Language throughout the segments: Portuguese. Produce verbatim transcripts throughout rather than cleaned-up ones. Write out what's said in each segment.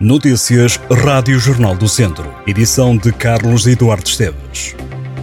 Notícias Rádio Jornal do Centro. Edição de Carlos Eduardo Esteves.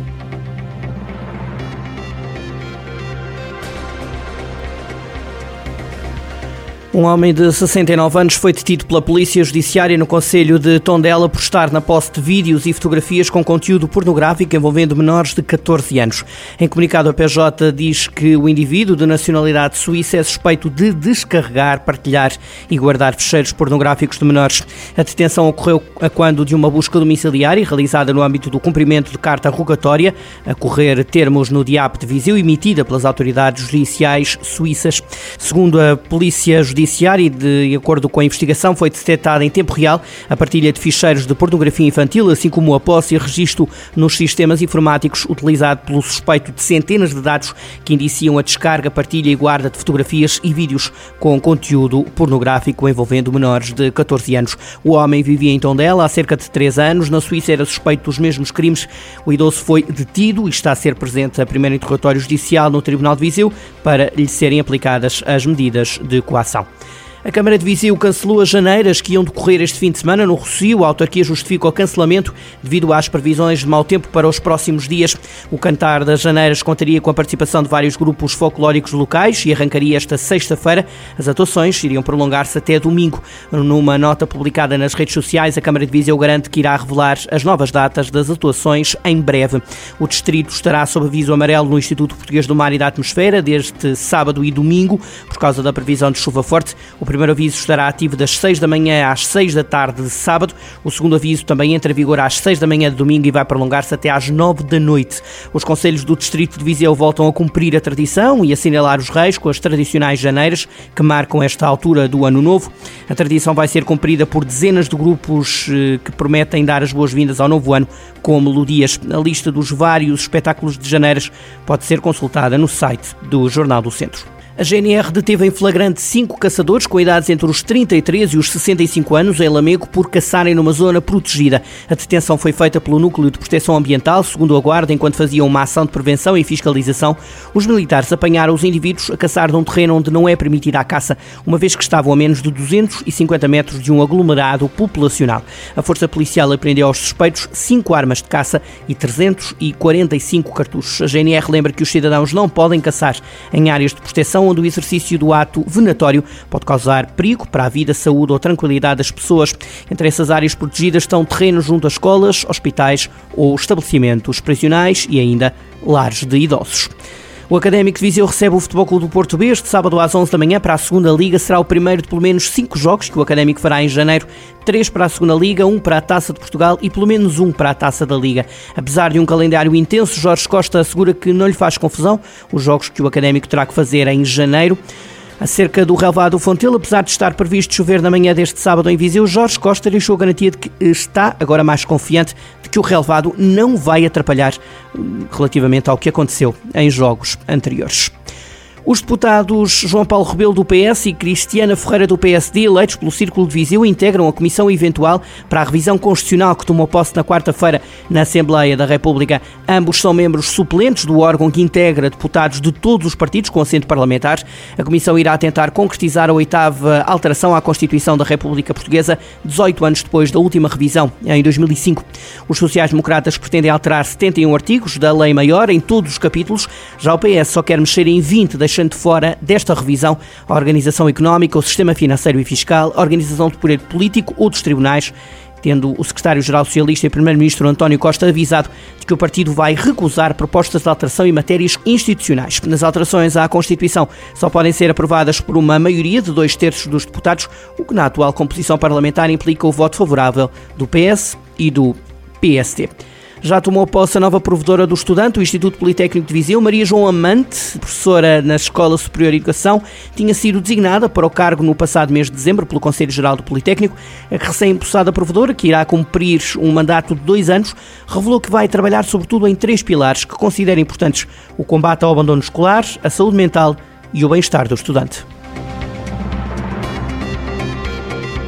Um homem de sessenta e nove anos foi detido pela Polícia Judiciária no concelho de Tondela por estar na posse de vídeos e fotografias com conteúdo pornográfico envolvendo menores de catorze anos. Em comunicado, a P J diz que o indivíduo de nacionalidade suíça é suspeito de descarregar, partilhar e guardar ficheiros pornográficos de menores. A detenção ocorreu a quando de uma busca domiciliária realizada no âmbito do cumprimento de carta rogatória, a correr termos no D I A P de Viseu, emitida pelas autoridades judiciais suíças. Segundo a Polícia Judiciária, e de acordo com a investigação, foi detectada em tempo real a partilha de ficheiros de pornografia infantil, assim como a posse e registro nos sistemas informáticos utilizado pelo suspeito de centenas de dados que indiciam a descarga, partilha e guarda de fotografias e vídeos com conteúdo pornográfico envolvendo menores de catorze anos. O homem vivia em Tondela há cerca de três anos. Na Suíça era suspeito dos mesmos crimes. O idoso foi detido e está a ser presente a primeiro interrogatório judicial no Tribunal de Viseu para lhe serem aplicadas as medidas de coação. A Câmara de Viseu cancelou as janeiras que iam decorrer este fim de semana no Rossio. A autarquia justifica o cancelamento devido às previsões de mau tempo para os próximos dias. O cantar das janeiras contaria com a participação de vários grupos folclóricos locais e arrancaria esta sexta-feira. As atuações iriam prolongar-se até domingo. Numa nota publicada nas redes sociais, a Câmara de Viseu garante que irá revelar as novas datas das atuações em breve. O distrito estará sob aviso amarelo no Instituto Português do Mar e da Atmosfera desde sábado e domingo por causa da previsão de chuva forte. O O primeiro aviso estará ativo das seis da manhã às seis da tarde de sábado. O segundo aviso também entra em vigor às seis da manhã de domingo e vai prolongar-se até às nove da noite. Os concelhos do distrito de Viseu voltam a cumprir a tradição e assinalar os reis com as tradicionais janeiras que marcam esta altura do ano novo. A tradição vai ser cumprida por dezenas de grupos que prometem dar as boas-vindas ao novo ano com melodias. A lista dos vários espetáculos de janeiras pode ser consultada no site do Jornal do Centro. A G N R deteve em flagrante cinco caçadores com idades entre os trinta e três e os sessenta e cinco anos em Lamego por caçarem numa zona protegida. A detenção foi feita pelo Núcleo de Proteção Ambiental, segundo a Guarda, enquanto faziam uma ação de prevenção e fiscalização. Os militares apanharam os indivíduos a caçar num terreno onde não é permitida a caça, uma vez que estavam a menos de duzentos e cinquenta metros de um aglomerado populacional. A Força Policial apreendeu aos suspeitos cinco armas de caça e trezentos e quarenta e cinco cartuchos. A G N R lembra que os cidadãos não podem caçar em áreas de proteção onde o exercício do ato venatório pode causar perigo para a vida, saúde ou tranquilidade das pessoas. Entre essas áreas protegidas estão terrenos junto a escolas, hospitais ou estabelecimentos prisionais e ainda lares de idosos. O Académico de Viseu recebe o Futebol Clube do Porto B este sábado às onze da manhã para a segunda Liga. Será o primeiro de pelo menos cinco jogos que o Académico fará em janeiro. Três para a segunda Liga, um para a Taça de Portugal e pelo menos um para a Taça da Liga. Apesar de um calendário intenso, Jorge Costa assegura que não lhe faz confusão os jogos que o Académico terá que fazer em janeiro. Acerca do relvado do Fontelo, apesar de estar previsto chover na manhã deste sábado em Viseu, Jorge Costa deixou a garantia de que está agora mais confiante de que o relvado não vai atrapalhar relativamente ao que aconteceu em jogos anteriores. Os deputados João Paulo Rebelo do P S e Cristiana Ferreira do P S D, eleitos pelo Círculo de Viseu, integram a Comissão Eventual para a Revisão Constitucional que tomou posse na quarta-feira na Assembleia da República. Ambos são membros suplentes do órgão que integra deputados de todos os partidos com assento parlamentar. A Comissão irá tentar concretizar a oitava alteração à Constituição da República Portuguesa, dezoito anos depois da última revisão, em dois mil e cinco. Os sociais-democratas pretendem alterar setenta e um artigos da Lei Maior em todos os capítulos. Já o P S só quer mexer em vinte, deixando de fora desta revisão a organização económica, o sistema financeiro e fiscal, a organização do poder político ou dos tribunais, tendo o secretário-geral socialista e primeiro-ministro António Costa avisado de que o partido vai recusar propostas de alteração em matérias institucionais. Nas alterações à Constituição só podem ser aprovadas por uma maioria de dois terços dos deputados, o que na atual composição parlamentar implica o voto favorável do P S e do P S D. Já tomou posse a nova provedora do estudante, o Instituto Politécnico de Viseu. Maria João Amante, professora na Escola Superior de Educação, tinha sido designada para o cargo no passado mês de dezembro pelo Conselho Geral do Politécnico. A recém-impossada provedora, que irá cumprir um mandato de dois anos, revelou que vai trabalhar sobretudo em três pilares que considera importantes: o combate ao abandono escolar, a saúde mental e o bem-estar do estudante.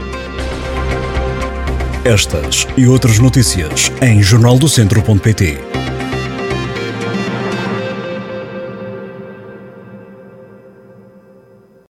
Estas e outras notícias em jornal do centro ponto pt.